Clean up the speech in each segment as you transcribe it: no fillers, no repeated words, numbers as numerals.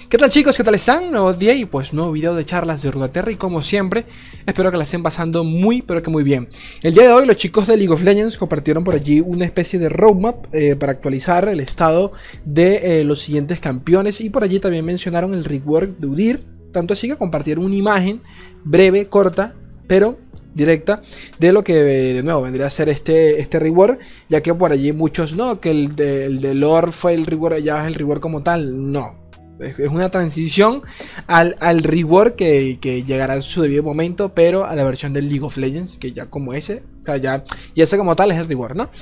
¿Qué tal, chicos? ¿Qué tal están? Nuevo día y pues nuevo video de charlas de Runeterra. Y como siempre, espero que la estén pasando muy pero que muy bien. El día de hoy los chicos de League of Legends compartieron por allí una especie de roadmap para actualizar el estado de los siguientes campeones. Y por allí también mencionaron el rework de Udyr. Tanto así que compartieron una imagen breve, corta, pero directa de lo que de nuevo vendría a ser este rework, ya que por allí muchos no, que el de Lord fue el rework, ya es el rework como tal. No, es una transición al rework que llegará en su debido momento, pero a la versión del League of Legends, que ya como ese, o sea, ya ese como tal es el rework, ¿no?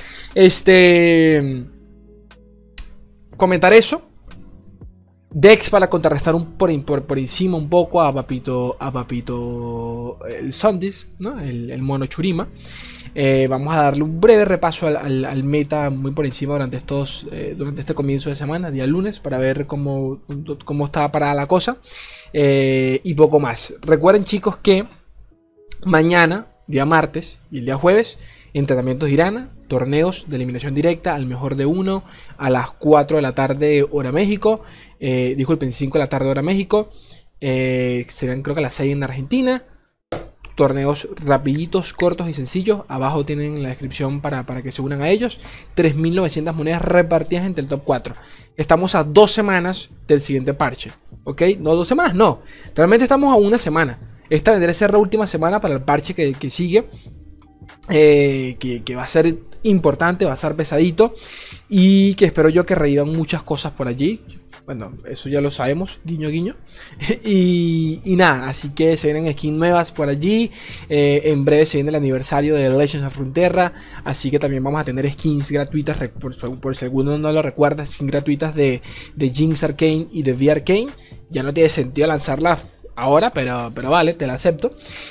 Comentar eso. Dex para contrarrestar por encima un poco a Papito el Sundisk, ¿no? El mono Churima. Vamos a darle un breve repaso al meta muy por encima durante este comienzo de semana, día lunes, para ver cómo está parada la cosa. Y poco más. Recuerden, chicos, que mañana, día martes y el día jueves, entrenamientos de Irana, torneos de eliminación directa al mejor de uno a las 4 de la tarde hora México, disculpen, 5 de la tarde hora México, serán creo que a las 6 en Argentina. Torneos rapiditos, cortos y sencillos. Abajo tienen la descripción para que se unan a ellos. 3.900 monedas repartidas entre el top 4. Estamos a 2 semanas del siguiente parche, ¿ok? No, 2 semanas no, realmente estamos a 1 semana. Esta vendría a ser la última semana para el parche que sigue. Que va a ser importante, va a ser pesadito y que espero yo que revivan muchas cosas por allí. Bueno, eso ya lo sabemos, guiño guiño. y nada, así que se vienen skins nuevas por allí. En breve se viene el aniversario de Legends of Runeterra, así que también vamos a tener skins gratuitas, por si alguno no lo recuerda, skins gratuitas de Jinx Arcane y de V Arcane. Ya no tiene sentido lanzarlas ahora, pero vale, te la acepto.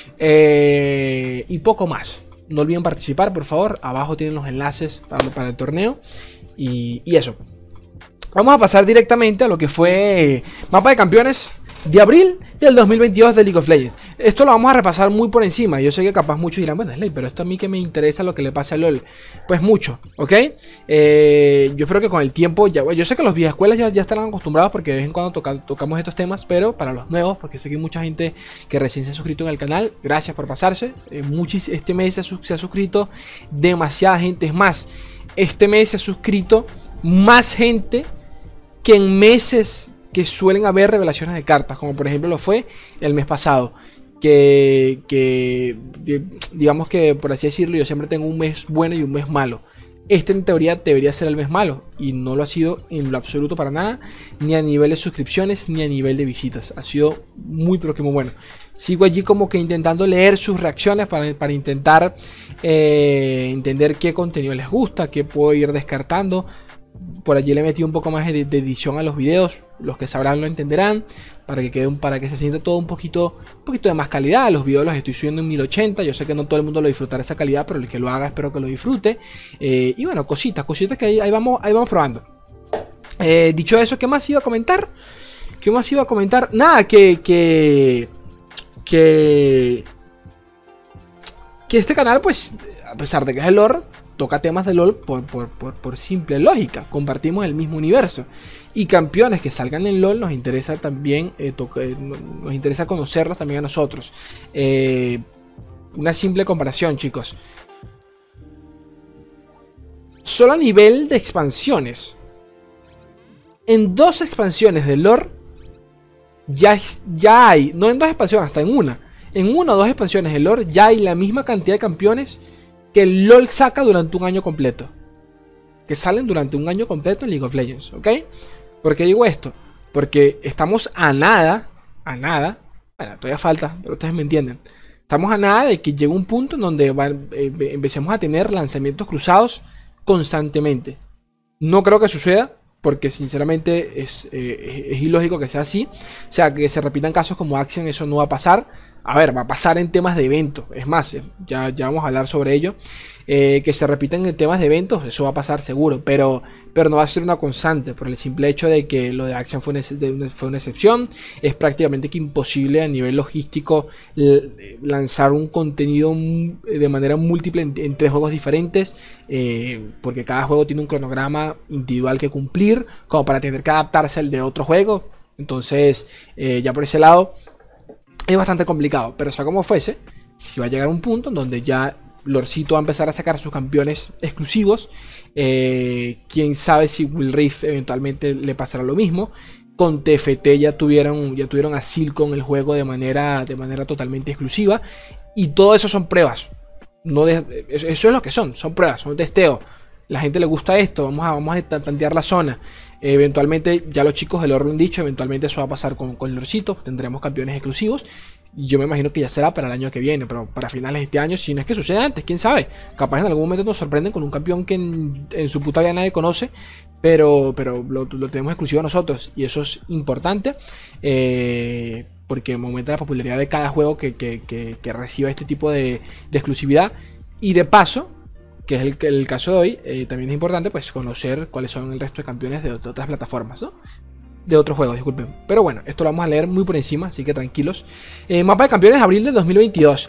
Y poco más. No olviden participar, por favor. Abajo tienen los enlaces para el torneo. Y eso. Vamos a pasar directamente a lo que fue mapa de campeones de abril del 2022 de League of Legends. Esto lo vamos a repasar muy por encima. Yo sé que capaz muchos dirán, bueno, Slay, pero esto a mí que me interesa lo que le pasa a LoL. Pues mucho, ¿ok? Yo espero que con el tiempo, yo sé que los viejas escuelas ya estarán acostumbrados porque de vez en cuando tocamos estos temas, pero para los nuevos, porque sé que hay mucha gente que recién se ha suscrito en el canal, gracias por pasarse. Este mes se ha suscrito demasiada gente. Es más, este mes se ha suscrito más gente que en meses que suelen haber revelaciones de cartas, como por ejemplo lo fue el mes pasado, que digamos que, por así decirlo, yo siempre tengo un mes bueno y un mes malo. Este en teoría debería ser el mes malo y no lo ha sido en lo absoluto para nada, ni a nivel de suscripciones ni a nivel de visitas. Ha sido muy pero que muy bueno. Sigo allí como que intentando leer sus reacciones para intentar entender qué contenido les gusta, qué puedo ir descartando. Por allí le metí un poco más de edición a los videos. Los que sabrán lo entenderán. Para que se sienta todo un poquito de más calidad. Los videos los estoy subiendo en 1080. Yo sé que no todo el mundo lo disfrutará esa calidad, pero el que lo haga espero que lo disfrute. Y bueno, cositas que ahí vamos probando. Dicho eso, ¿qué más iba a comentar? Nada, que este canal, pues, a pesar de que es el lore, toca temas de LoL por simple lógica. Compartimos el mismo universo. Y campeones que salgan en LoL nos interesa también, nos interesa conocerlos también a nosotros. Una simple comparación, chicos. Solo a nivel de expansiones. En 2 expansiones de lore ya hay, no en 2 expansiones, hasta en una. En 1 o 2 expansiones de lore ya hay la misma cantidad de campeones que el LoL saca durante un año completo. Que salen durante un año completo en League of Legends, ¿ok? ¿Por qué digo esto? Porque estamos a nada. Bueno, todavía falta, pero ustedes me entienden. Estamos a nada de que llegue un punto en donde empecemos a tener lanzamientos cruzados constantemente. No creo que suceda, porque sinceramente es ilógico que sea así. O sea, que se repitan casos como Axiom, eso no va a pasar. A ver, va a pasar en temas de eventos. Es más, ya vamos a hablar sobre ello. Que se repitan en temas de eventos, eso va a pasar seguro. Pero no va a ser una constante. Por el simple hecho de que lo de Axiom fue una excepción. Es prácticamente que imposible a nivel logístico lanzar un contenido de manera múltiple en 3 juegos diferentes. Porque cada juego tiene un cronograma individual que cumplir, como para tener que adaptarse al de otro juego. Entonces, ya por ese lado es bastante complicado. Pero sea como fuese, si va a llegar un punto en donde ya Lorcito va a empezar a sacar sus campeones exclusivos. Quién sabe si Will Rift eventualmente le pasará lo mismo. Con TFT ya tuvieron a Silco en el juego de manera totalmente exclusiva. Y todo eso son pruebas. Eso es lo que son pruebas, son testeo. La gente le gusta esto, vamos a tantear la zona. Eventualmente, ya los chicos del Lore lo han dicho, eventualmente eso va a pasar con Lorcito. Tendremos campeones exclusivos. Y yo me imagino que ya será para el año que viene, pero para finales de este año, si no es que suceda antes, quién sabe. Capaz en algún momento nos sorprenden con un campeón que en su puta vida nadie conoce, pero lo tenemos exclusivo a nosotros. Y eso es importante, porque aumenta la popularidad de cada juego que reciba este tipo de exclusividad. Y de paso, que es el caso de hoy, también es importante pues conocer cuáles son el resto de campeones de otras plataformas, ¿no? De otros juegos, disculpen. Pero bueno, esto lo vamos a leer muy por encima, así que tranquilos. Mapa de campeones, abril del 2022.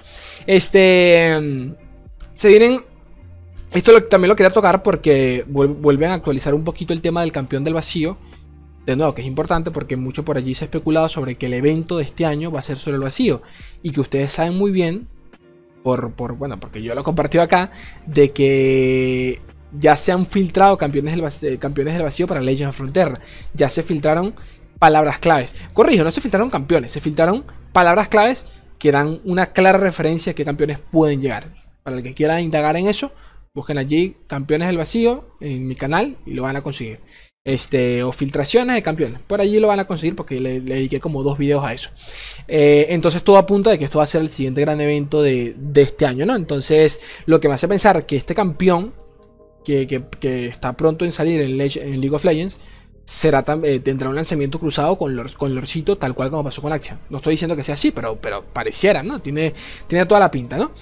Se vienen... Esto también lo quería tocar porque vuelven a actualizar un poquito el tema del campeón del vacío. De nuevo, que es importante porque mucho por allí se ha especulado sobre que el evento de este año va a ser sobre el vacío. Y que ustedes saben muy bien, bueno, porque yo lo he compartido acá, de que ya se han filtrado campeones del vacío para Legends of Frontera. Ya se filtraron palabras claves. Corrijo, no se filtraron campeones, se filtraron palabras claves que dan una clara referencia a qué campeones pueden llegar. Para el que quiera indagar en eso, busquen allí campeones del vacío en mi canal y lo van a conseguir. O filtraciones de campeones. Por allí lo van a conseguir porque le dediqué como 2 videos a eso. Entonces todo apunta de que esto va a ser el siguiente gran evento de este año, ¿no? Entonces lo que me hace pensar que este campeón que está pronto en salir en League of Legends tendrá un lanzamiento cruzado con Lorcito, tal cual como pasó con Action. No estoy diciendo que sea así, pero pareciera, ¿no? Tiene toda la pinta, ¿no?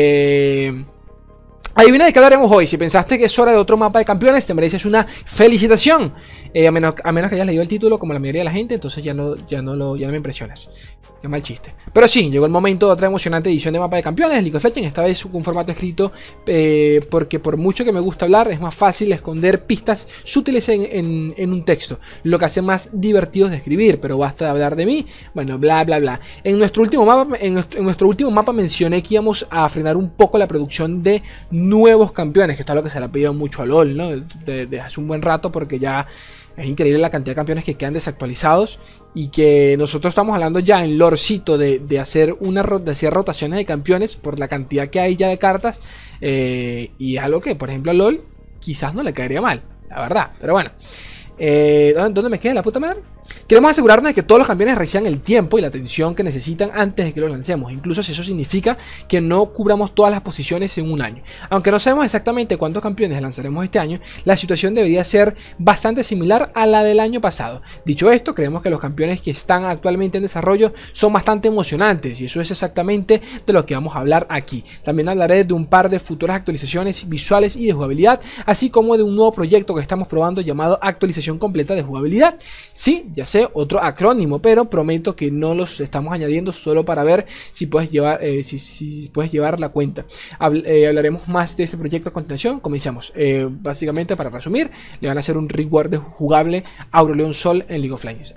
Adivina de qué hablaremos hoy. Si pensaste que es hora de otro mapa de campeones, te mereces una felicitación. A menos que hayas leído el título como la mayoría de la gente, entonces ya no me impresionas. Qué mal chiste. Pero sí, llegó el momento de otra emocionante edición de mapa de campeones, League of Legends, esta vez con formato escrito, porque por mucho que me gusta hablar, es más fácil esconder pistas sutiles en un texto, lo que hace más divertido de escribir, pero basta de hablar de mí, bueno, bla bla bla. En nuestro último mapa mencioné que íbamos a frenar un poco la producción de nuevos campeones, que esto es lo que se le ha pedido mucho a LoL, ¿no? Desde hace un buen rato, porque ya es increíble la cantidad de campeones que quedan desactualizados y que nosotros estamos hablando ya en Lorcito de hacer rotaciones de campeones por la cantidad que hay ya de cartas, y es algo que por ejemplo a LoL quizás no le caería mal, la verdad, pero bueno. ¿Dónde me queda la puta madre? Queremos asegurarnos de que todos los campeones reciban el tiempo y la atención que necesitan antes de que los lancemos, incluso si eso significa que no cubramos todas las posiciones en un año. Aunque no sabemos exactamente cuántos campeones lanzaremos este año, la situación debería ser bastante similar a la del año pasado. Dicho esto, creemos que los campeones que están actualmente en desarrollo son bastante emocionantes y eso es exactamente de lo que vamos a hablar aquí. También hablaré de un par de futuras actualizaciones visuales y de jugabilidad, así como de un nuevo proyecto que estamos probando llamado actualización completa de jugabilidad. Sí, ya sé, otro acrónimo, pero prometo que no los estamos añadiendo solo para ver si puedes llevar, si puedes llevar la cuenta. Hablaremos más de este proyecto a continuación. Comencemos. Básicamente, para resumir, le van a hacer un reward jugable a Aurelion Sol en League of Legends.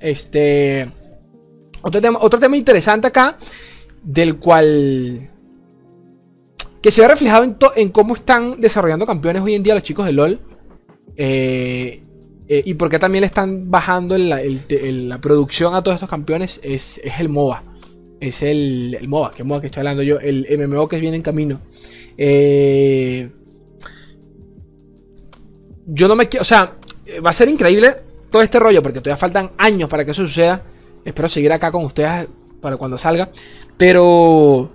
Otro tema interesante acá, del cual que se ve reflejado en cómo están desarrollando campeones hoy en día los chicos de LoL. Y por qué también le están bajando la producción a todos estos campeones es el MOBA. Es el MOBA, que MOBA que estoy hablando yo, el MMO que viene en camino. Yo no me quiero, o sea, va a ser increíble todo este rollo porque todavía faltan años para que eso suceda. Espero seguir acá con ustedes para cuando salga. Pero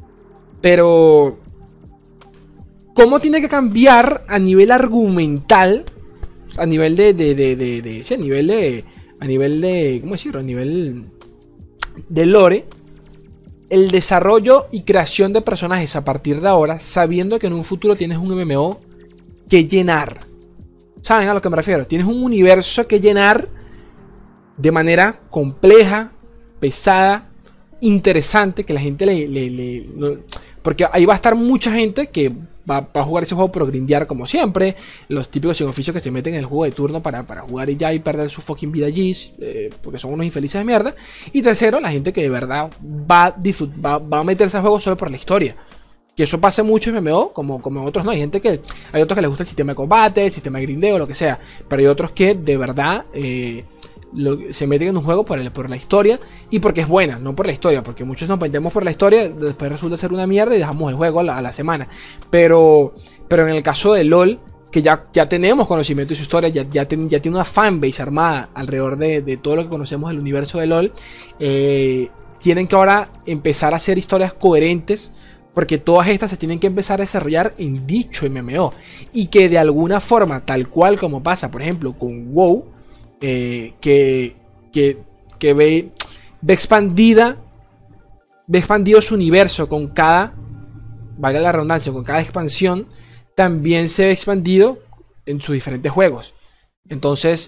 ¿cómo tiene que cambiar a nivel argumental? A nivel sí, a nivel de, ¿cómo decirlo? A nivel de lore, el desarrollo y creación de personajes a partir de ahora, sabiendo que en un futuro tienes un MMO que llenar. ¿Saben a lo que me refiero? Tienes un universo que llenar de manera compleja, pesada, interesante, que la gente porque ahí va a estar mucha gente que va a jugar ese juego por grindear como siempre. Los típicos sin oficio que se meten en el juego de turno para jugar y ya y perder su fucking vida allí, porque son unos infelices de mierda. Y tercero, la gente que de verdad va a meterse al juego solo por la historia. Que eso pasa mucho en MMO, como en otros no. Hay otros que les gusta el sistema de combate, el sistema de grindeo, lo que sea. Pero hay otros que de verdad se meten en un juego por la historia y porque es buena, no por la historia. Porque muchos nos vendemos por la historia, después resulta ser una mierda y dejamos el juego a la semana. Pero en el caso de LoL, que ya tenemos conocimiento de su historia, ya tiene una fanbase armada alrededor de todo lo que conocemos del universo de LoL, tienen que ahora empezar a hacer historias coherentes. Porque todas estas se tienen que empezar a desarrollar en dicho MMO. Y que de alguna forma, tal cual como pasa, por ejemplo, con WoW, que ve expandido su universo con cada, valga la redundancia, con cada expansión, también se ve expandido en sus diferentes juegos. Entonces,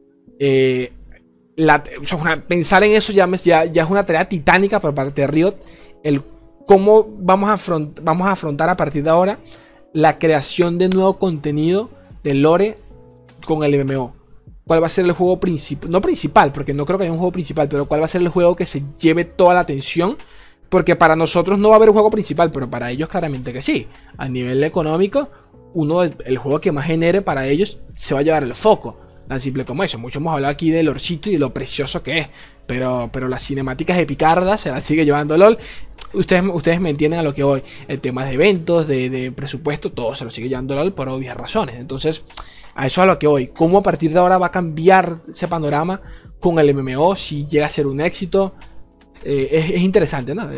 pensar en eso ya es una tarea titánica por parte de Riot. ¿Cómo vamos a afrontar a partir de ahora la creación de nuevo contenido de lore con el MMO? ¿Cuál va a ser el juego principal? No principal, porque no creo que haya un juego principal, pero ¿cuál va a ser el juego que se lleve toda la atención? Porque para nosotros no va a haber un juego principal, pero para ellos claramente que sí. A nivel económico, el juego que más genere para ellos se va a llevar el foco. Tan simple como eso. Mucho hemos hablado aquí del lorcito y de lo precioso que es. Pero las cinemáticas de picardas se las sigue llevando LOL. Ustedes me entienden a lo que voy. El tema de eventos, de presupuesto, todo se lo sigue llevando LOL por obvias razones. Entonces, a eso es a lo que voy. ¿Cómo a partir de ahora va a cambiar ese panorama con el MMO? Si llega a ser un éxito. Es interesante, ¿no?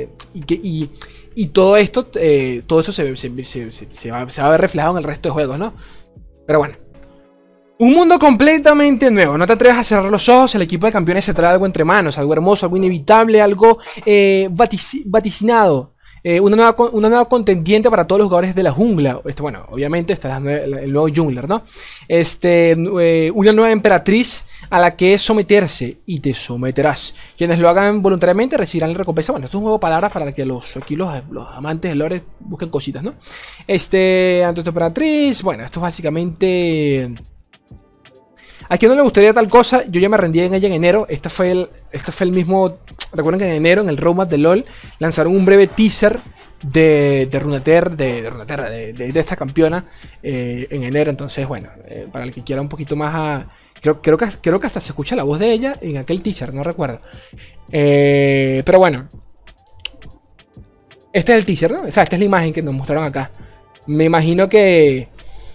Y todo esto, todo eso se va a ver reflejado en el resto de juegos, ¿no? Pero bueno. Un mundo completamente nuevo. No te atreves a cerrar los ojos. El equipo de campeones se trae algo entre manos. Algo hermoso, algo inevitable, algo vaticinado. Una nueva contendiente para todos los jugadores de la jungla. Bueno, obviamente estará el nuevo jungler, ¿no? Una nueva emperatriz a la que someterse. Y te someterás. Quienes lo hagan voluntariamente recibirán la recompensa. Bueno, esto es un juego de palabras para que los amantes del lore busquen cositas, ¿no? Ante esta emperatriz. Bueno, esto es básicamente... ¿A quién no le gustaría tal cosa? Yo ya me rendí en ella en enero. Este fue el mismo... Recuerden que en enero, en el roadmap de LoL, lanzaron un breve teaser de Runeterra, de esta campeona en enero. Entonces, bueno, para el que quiera un poquito más creo que hasta se escucha la voz de ella en aquel teaser, no recuerdo. Pero bueno. Este es el teaser, ¿no? O sea, esta es la imagen que nos mostraron acá. Me imagino que...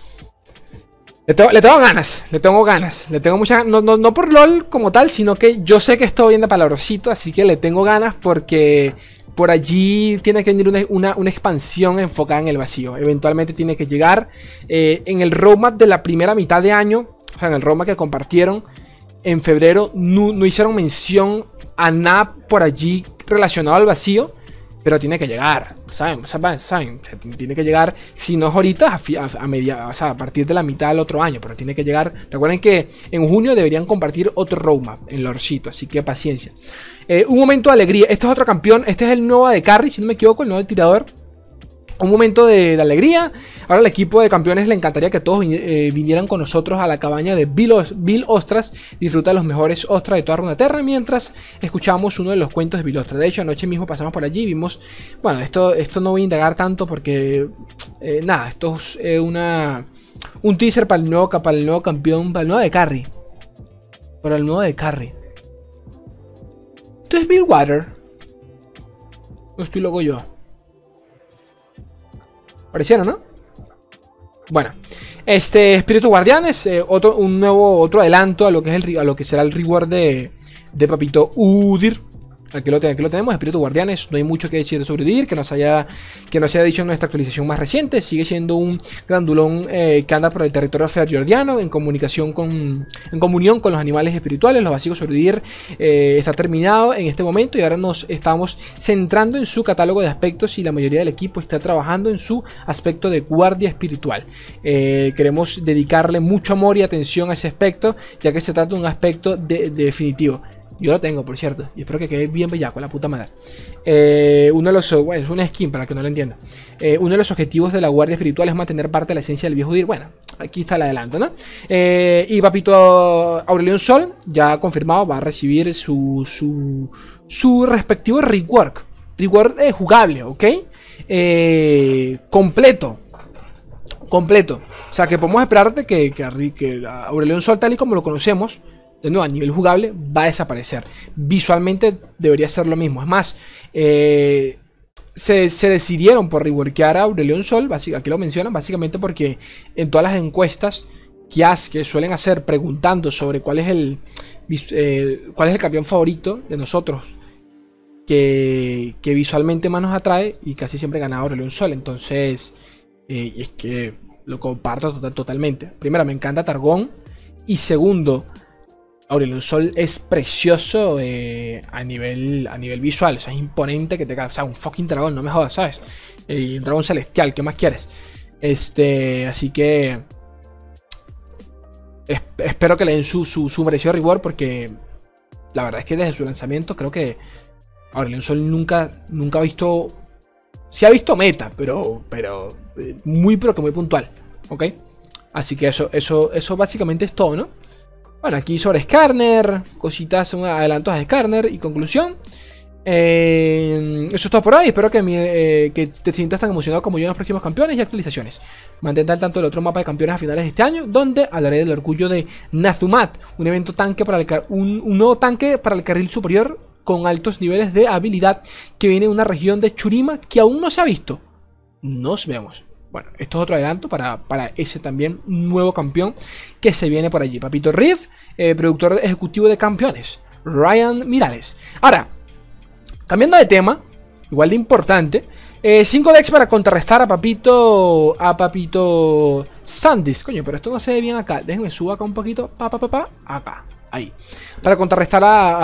Le tengo ganas. Le tengo muchas ganas. No por LOL como tal, sino que yo sé que esto viene de palabrosito, así que le tengo ganas porque por allí tiene que venir una expansión enfocada en el vacío. Eventualmente tiene que llegar en el roadmap de la primera mitad de año, o sea, en el roadmap que compartieron en febrero, no hicieron mención a nada por allí relacionado al vacío. Pero tiene que llegar, ¿saben? Tiene que llegar, si no es ahorita, a partir de la mitad del otro año. Pero tiene que llegar. Recuerden que en junio deberían compartir otro roadmap en Lorcito, así que paciencia. Un momento de alegría. Este es otro campeón. Este es el nuevo de Carry, si no me equivoco, el nuevo tirador. Un momento de alegría. Ahora al equipo de campeones le encantaría que todos vinieran con nosotros a la cabaña de Bill Ostras. Disfruta de los mejores ostras de toda Runeterra mientras escuchamos uno de los cuentos de Bill Ostras. De hecho, anoche mismo pasamos por allí y vimos... Bueno, esto no voy a indagar tanto porque... nada, esto es un teaser para el nuevo campeón, para el nuevo de Carry. Para el nuevo de Carry. Esto es Bill Water. No estoy loco yo. Parecieron, ¿no? Bueno, Espíritu Guardianes, otro adelanto a lo que será el reward de Papito Udyr. Aquí lo tenemos, Espíritu Guardianes. No hay mucho que decir sobre Udyr que nos haya dicho en nuestra actualización más reciente. Sigue siendo un grandulón que anda por el territorio fearjordiano en comunión con los animales espirituales. Los básicos sobre Udyr está terminado en este momento y ahora nos estamos centrando en su catálogo de aspectos y la mayoría del equipo está trabajando en su aspecto de guardia espiritual. Queremos dedicarle mucho amor y atención a ese aspecto, ya que se trata de un aspecto definitivo. Yo lo tengo, por cierto. Y espero que quede bien bellaco, la puta madre. Uno de los... Bueno, es una skin para que no lo entienda. Uno de los objetivos de la guardia espiritual es mantener parte de la esencia del viejo Udyr. Bueno, aquí está el adelanto, ¿no? Y papito Aurelion Sol, ya confirmado, va a recibir su respectivo rework. Rework jugable, ¿ok? Completo. O sea, que podemos esperar de que Aurelion Sol, tal y como lo conocemos, de nuevo a nivel jugable, va a desaparecer. Visualmente debería ser lo mismo. Es más, se decidieron por reworkear a Aurelion Sol, aquí lo mencionan, básicamente porque en todas las encuestas que suelen hacer preguntando sobre cuál es el campeón favorito de nosotros, que visualmente más nos atrae, y casi siempre gana Aurelion Sol. Entonces, y es que lo comparto totalmente. Primero, me encanta Targón, y segundo, Aurelion Sol es precioso a nivel visual. O sea, es imponente que te cae. O sea, un fucking dragón, no me jodas, ¿sabes? Un dragón celestial, ¿qué más quieres? Así que espero que le den su merecido reward, porque la verdad es que desde su lanzamiento creo que Aurelion Sol nunca ha visto... Sí ha visto meta, pero muy puntual, ¿ok? Así que eso básicamente es todo, ¿no? Bueno, aquí sobre Skarner, cositas, adelantos a Skarner y conclusión. Eso es todo por hoy. Espero que te sientas tan emocionado como yo en los próximos campeones y actualizaciones. Mantente al tanto del otro mapa de campeones a finales de este año, donde hablaré del orgullo de Nazumat, un evento tanque un nuevo tanque para el carril superior con altos niveles de habilidad que viene de una región de Shurima que aún no se ha visto. Nos vemos. Bueno, esto es otro adelanto para ese también nuevo campeón que se viene por allí. Papito Riff, productor ejecutivo de campeones, Ryan Mirales. Ahora, cambiando de tema, igual de importante, 5 decks para contrarrestar a Papito Sandis. Coño, pero esto no se ve bien acá. Déjenme subir acá un poquito. Acá. Ahí. Para contrarrestar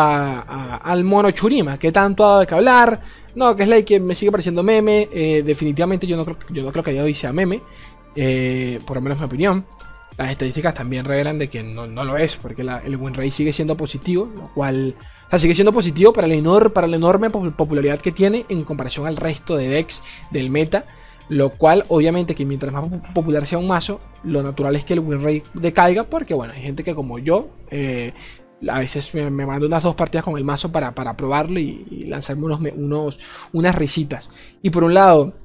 al mono Shurima, que tanto ha dado que hablar. No, que es la que me sigue pareciendo meme. Definitivamente yo no creo que a día de hoy sea meme. Por lo menos en mi opinión. Las estadísticas también revelan de que no lo es, porque el win rate sigue siendo positivo, lo cual... O sea, sigue siendo positivo para la enorme popularidad que tiene en comparación al resto de decks del meta. Lo cual, obviamente, que mientras más popular sea un mazo, lo natural es que el win rate decaiga, porque, bueno, hay gente que como yo, a veces me mando unas 2 partidas con el mazo para probarlo y lanzarme unas risitas. Y por un lado,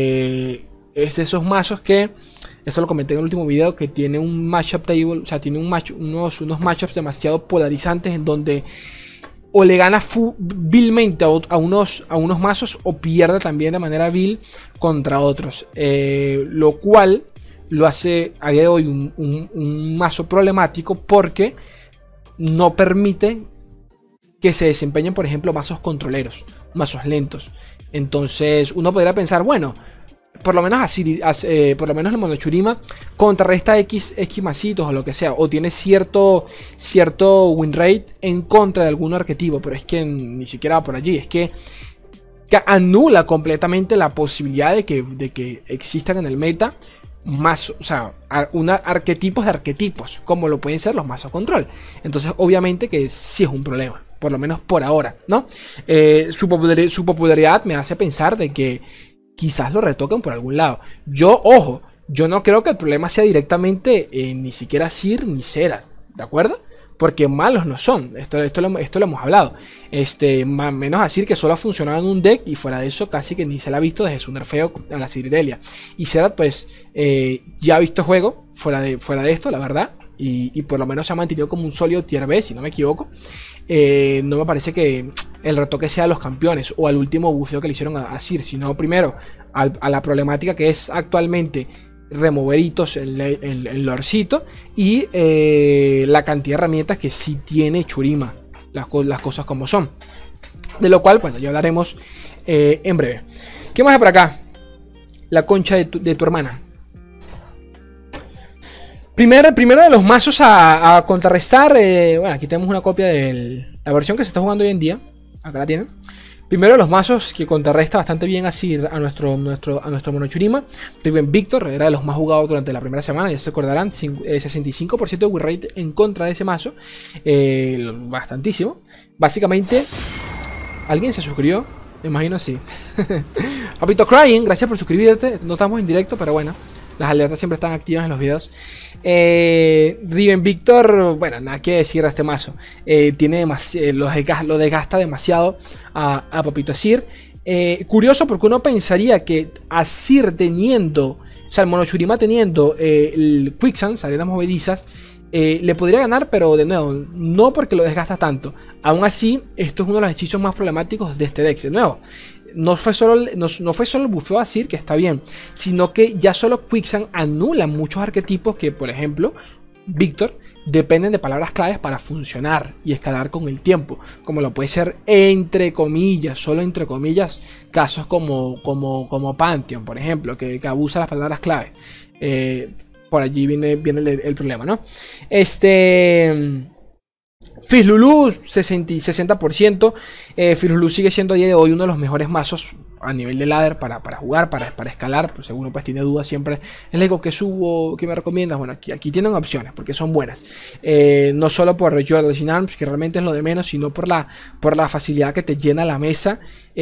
es de esos mazos que, eso lo comenté en el último video, que tiene un matchup table, o sea, tiene unos matchups demasiado polarizantes en donde o le gana vilmente a unos mazos, o pierde también de manera vil contra otros. Lo cual lo hace a día de hoy un mazo problemático, porque no permite que se desempeñen, por ejemplo, mazos controleros, mazos lentos. Entonces uno podría pensar, bueno, por lo menos por lo menos el mono Shurima contrarresta X masitos o lo que sea, o tiene cierto win rate en contra de algún arquetipo, pero es que ni siquiera va por allí. Es que anula completamente la posibilidad de que existan en el meta más, o sea, arquetipos de arquetipos, como lo pueden ser los mazos control. Entonces, obviamente que sí es un problema, por lo menos por ahora, ¿no? Su popularidad me hace pensar de que quizás lo retoquen por algún lado. Ojo, yo no creo que el problema sea directamente ni siquiera Sir ni Xerath, ¿de acuerdo? Porque malos no son, esto lo hemos hablado. Menos decir que solo ha funcionado en un deck, y fuera de eso casi que ni se la ha visto desde su nerfeo a la Cirirelia. Y Xerath pues ya ha visto juego fuera de esto, la verdad. Y por lo menos se ha mantenido como un sólido tier B, si no me equivoco. No me parece que el retoque sea a los campeones o al último bufeo que le hicieron a Sir, sino primero a la problemática que es actualmente remover hitos en el lorcito, y la cantidad de herramientas que sí tiene Shurima, las cosas como son, de lo cual, bueno, ya hablaremos en breve. ¿Qué más hay por acá? La concha de tu hermana. Primero de los mazos a contrarrestar. Bueno, aquí tenemos una copia de la versión que se está jugando hoy en día. Acá la tienen. Primero, los mazos que contrarresta bastante bien así a nuestro Monochurima. Riven Victor era de los más jugados durante la primera semana, ya se acordarán. 65% de win rate en contra de ese mazo. Bastantísimo. Básicamente, ¿alguien se suscribió? Me imagino sí. Papito Crying, gracias por suscribirte. No estamos en directo, pero bueno. Las alertas siempre están activas en los videos. Riven Victor, bueno, nada que decir a este mazo. Lo desgasta demasiado a Papito Azir. Curioso porque uno pensaría que Azir teniendo, o sea, el Monochurima teniendo el Quicksand, arenas movedizas, le podría ganar, pero de nuevo, no porque lo desgasta tanto. Aún así, esto es uno de los hechizos más problemáticos de este deck. De nuevo, no fue solo el bufeo a Azir, que está bien, sino que ya solo Quicksand anula muchos arquetipos que, por ejemplo, Victor, dependen de palabras claves para funcionar y escalar con el tiempo, como lo puede ser entre comillas, solo entre comillas, casos como Pantheon, por ejemplo, que abusa las palabras clave. Por allí viene el problema, ¿no? Fizzlulu 60%. Fizzlulu sigue siendo a día de hoy uno de los mejores mazos a nivel de ladder para jugar, para escalar. Pues seguro pues tiene dudas siempre. El Lego que subo, que me recomiendas. Bueno, aquí tienen opciones porque son buenas. No solo por Jordan Arms, que realmente es lo de menos, sino por la facilidad que te llena la mesa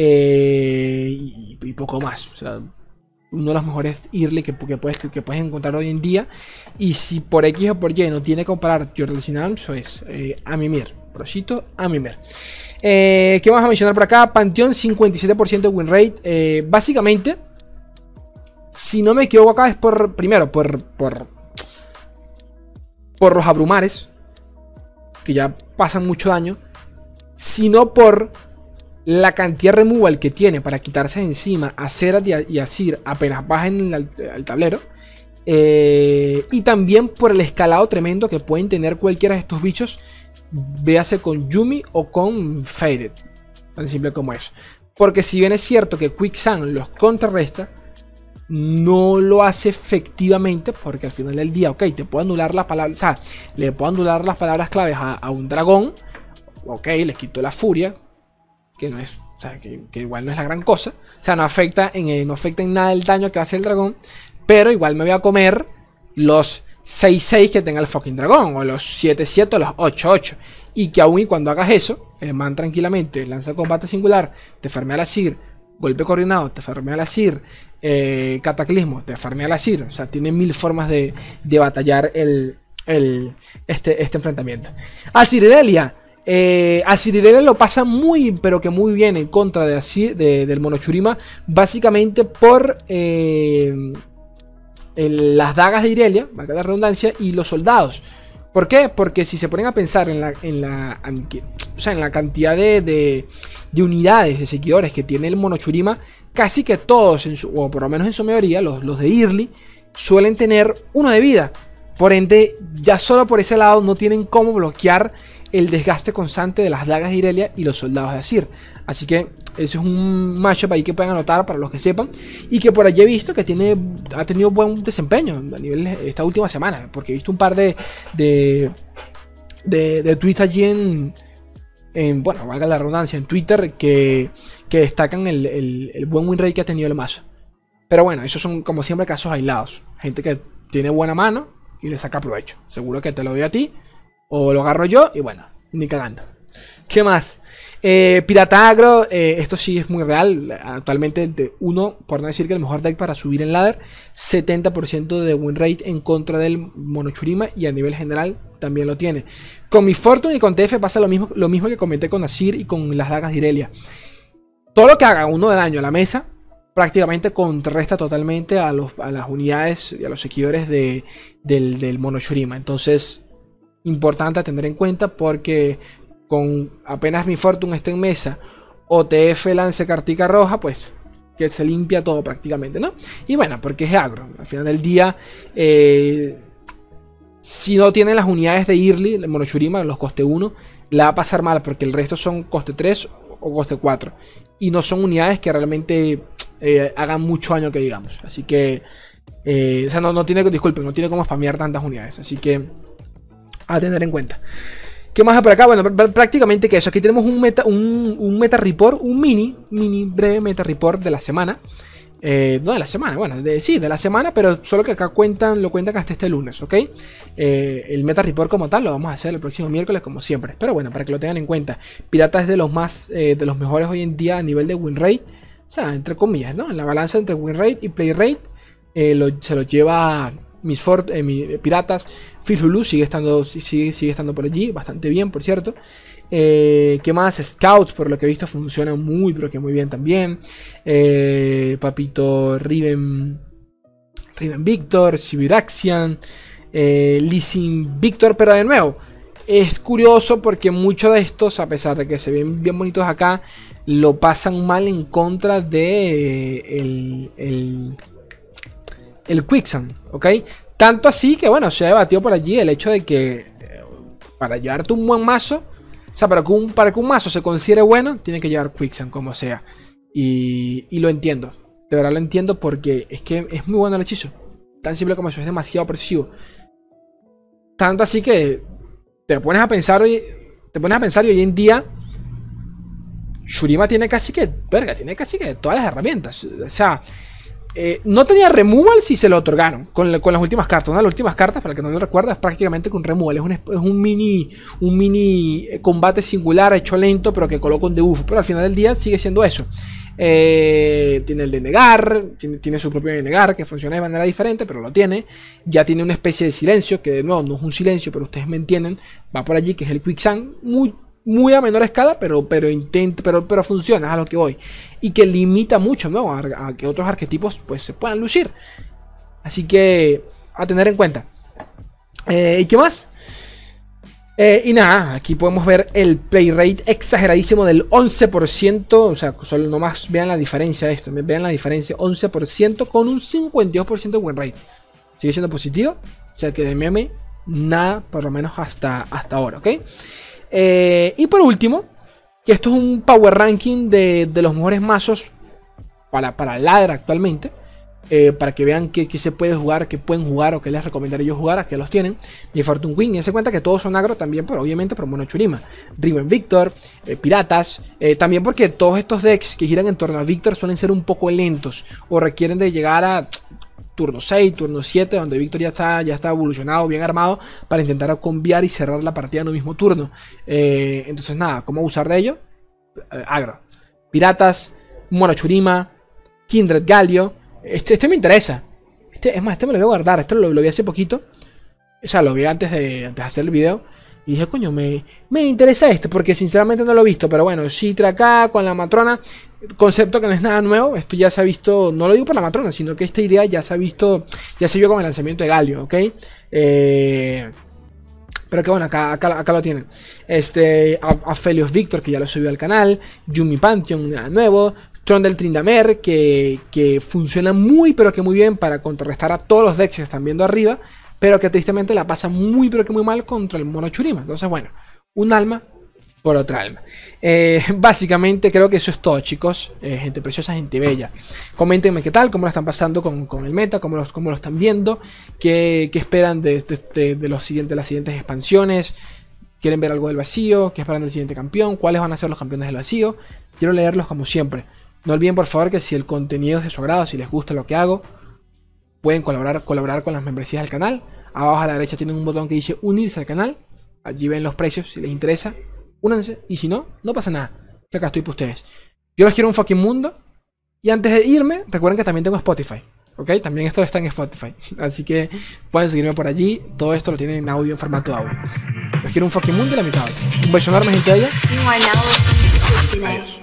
y poco más. O sea, uno de los mejores early que puedes encontrar hoy en día. Y si por X o por Y no tiene que comparar Jordan Arms, pues a mimir. Prosito a mimir. ¿Qué vamos a mencionar por acá? Pantheon 57% de win rate. Básicamente, si no me equivoco acá, es primero por los abrumares, que ya pasan mucho daño, sino por la cantidad de removal que tiene para quitarse de encima a Xerath y a Azir apenas bajen al tablero. Y también por el escalado tremendo que pueden tener cualquiera de estos bichos, véase con Yuumi o con Faded. Tan simple como eso. Porque si bien es cierto que Quicksand los contrarresta, no lo hace efectivamente, porque al final del día, ok, te puedo anular las palabras, o sea, le puedo anular las palabras claves a un dragón, ok, les quito la furia, que no es, o sea, que igual no es la gran cosa, o sea, no afecta en nada el daño que hace el dragón, pero igual me voy a comer los 6-6 que tenga el fucking dragón, o los 7-7 o los 8-8, y que aún y cuando hagas eso, el man tranquilamente lanza combate singular, te farmea la Azir, golpe coordinado, te farmea la Azir, cataclismo, te farmea la Azir, o sea, tiene 1000 formas de batallar este enfrentamiento. Azir Irelia. Azir Irelia lo pasa pero que muy bien en contra del Monochurima, básicamente por las dagas de Irelia, valga la redundancia, y los soldados. ¿Por qué? Porque si se ponen a pensar en la cantidad de unidades, de seguidores que tiene el Monochurima, casi que todos, o por lo menos en su mayoría, los de Early, suelen tener 1 de vida. Por ende, ya solo por ese lado no tienen cómo bloquear el desgaste constante de las dagas de Irelia y los soldados de Azir. Así que ese es un matchup ahí que pueden anotar para los que sepan. Y que por allí he visto que ha tenido buen desempeño a nivel de esta última semana. Porque he visto un par de tweets allí bueno, valga la redundancia, en Twitter que destacan el buen win rate que ha tenido el mazo. Pero bueno, esos son como siempre casos aislados. Gente que tiene buena mano y le saca provecho. Seguro que te lo doy a ti o lo agarro yo y bueno, ni cagando. ¿Qué más? Pirata Agro, esto sí es muy real. Actualmente por no decir que el mejor deck para subir en ladder, 70% de win rate en contra del Monochurima y a nivel general también lo tiene. Con mi Fortune y con TF pasa lo mismo que comenté con Azir y con las dagas de Irelia. Todo lo que haga uno de daño a la mesa prácticamente contrarresta totalmente a las unidades y a los seguidores del Monochurima. Entonces, importante a tener en cuenta porque con apenas mi Fortune esté en mesa o TF lance cartica roja, pues que se limpia todo prácticamente, ¿no? Y bueno, porque es agro. Al final del día, si no tienen las unidades de Early, el Monochurima, los coste 1, la va a pasar mal porque el resto son coste 3 o coste 4. Y no son unidades que realmente hagan mucho daño que digamos. Así que, o sea, no tiene, disculpen, no tiene como spamear tantas unidades. Así que, a tener en cuenta. ¿Qué más hay por acá? Bueno, prácticamente que eso. Aquí tenemos un meta report, un mini breve meta report de la semana. No de la semana, bueno, sí, de la semana, pero solo que acá lo cuentan hasta este lunes, ¿ok? El meta report como tal lo vamos a hacer el próximo miércoles, como siempre. Pero bueno, para que lo tengan en cuenta. Pirata es de los de los mejores hoy en día a nivel de win rate. O sea, entre comillas, ¿no? En la balanza entre win rate y play rate se lo lleva Piratas. Phil Lulu sigue estando por allí, bastante bien, por cierto. ¿Qué más? Scouts, por lo que he visto, funciona pero que muy bien también. Papito Riven Victor, Sibiraxian, Leasing Victor, pero de nuevo, es curioso porque muchos de estos, a pesar de que se ven bien bonitos acá, lo pasan mal en contra de el Quicksand, ¿ok? Tanto así que, bueno, se ha debatido por allí el hecho de que para llevarte un buen mazo, o sea, para que un mazo se considere bueno, tiene que llevar Quicksand como sea. Y lo entiendo, de verdad lo entiendo, porque es que es muy bueno el hechizo. Tan simple como eso, es demasiado preciso. Tanto así que te pones a pensar y hoy en día Shurima tiene casi que todas las herramientas. O sea, no tenía removal si se lo otorgaron con las últimas cartas. Una de las últimas cartas, para el que no lo recuerda, es prácticamente con removal. Es un mini combate singular hecho lento, pero que coloca un debuff. Pero al final del día sigue siendo eso. Tiene el de negar, tiene su propio de negar, que funciona de manera diferente, pero lo tiene. Ya tiene una especie de silencio, que de nuevo no es un silencio, pero ustedes me entienden. Va por allí, que es el Quicksand, muy a menor escala, pero funciona, es a lo que voy. Y que limita mucho, ¿no? a que otros arquetipos pues se puedan lucir. Así que a tener en cuenta. ¿Y qué más? Y nada, aquí podemos ver el play rate exageradísimo del 11%. O sea, solo nomás vean la diferencia de esto. Vean la diferencia, 11% con un 52% de win rate. Sigue siendo positivo. O sea que de meme, nada, por lo menos hasta ahora, ¿ok? Y por último, que esto es un power ranking de los mejores mazos para ladder actualmente, para que vean qué se puede jugar, qué pueden jugar o qué les recomendaría yo jugar, a qué los tienen. Mi Fortune Queen, y se cuenta que todos son agro también, pero obviamente por Mono Churima. Riven Victor, Piratas, también porque todos estos decks que giran en torno a Victor suelen ser un poco lentos o requieren de llegar a turno 6, turno 7, donde Victor ya está evolucionado, bien armado, para intentar combiar y cerrar la partida en un mismo turno. Entonces nada, ¿cómo usar de ello? Agro. Piratas, Mono Churima, Kindred Galio. Este me interesa. Este me lo voy a guardar. Esto lo vi hace poquito. O sea, lo vi antes de hacer el video. Y dije, coño, me interesa porque sinceramente no lo he visto. Pero bueno, Citra acá con la matrona. Concepto que no es nada nuevo. Esto ya se ha visto. No lo digo por la matrona, sino que esta idea ya se ha visto. Ya se vio con el lanzamiento de Galio, ¿ok? Pero que bueno, acá lo tienen. A Felios Victor, que ya lo subió al canal. Yumi Pantheon, nada nuevo. Tron del Tryndamere, que funciona pero que muy bien para contrarrestar a todos los decks que están viendo arriba, pero que tristemente la pasa pero que muy mal contra el Mono Churima. Entonces bueno, un alma por otra alma. Básicamente creo que eso es todo, chicos. Gente preciosa, gente bella. Coméntenme qué tal, cómo lo están pasando con el meta, cómo lo están viendo, qué esperan de las siguientes expansiones. ¿Quieren ver algo del vacío? ¿Qué esperan del siguiente campeón? ¿Cuáles van a ser los campeones del vacío? Quiero leerlos como siempre. No olviden, por favor, que si el contenido es de su agrado, si les gusta lo que hago, pueden colaborar con las membresías del canal. Abajo a la derecha tienen un botón que dice unirse al canal. Allí ven los precios, si les interesa, únanse. Y si no, no pasa nada, que acá estoy para ustedes. Yo los quiero un fucking mundo. Y antes de irme, recuerden que también tengo Spotify, ¿ok? También esto está en Spotify. Así que pueden seguirme por allí. Todo esto lo tienen en audio, en formato audio. Los quiero un fucking mundo y la mitad. Un beso enorme, gente bella. Adiós.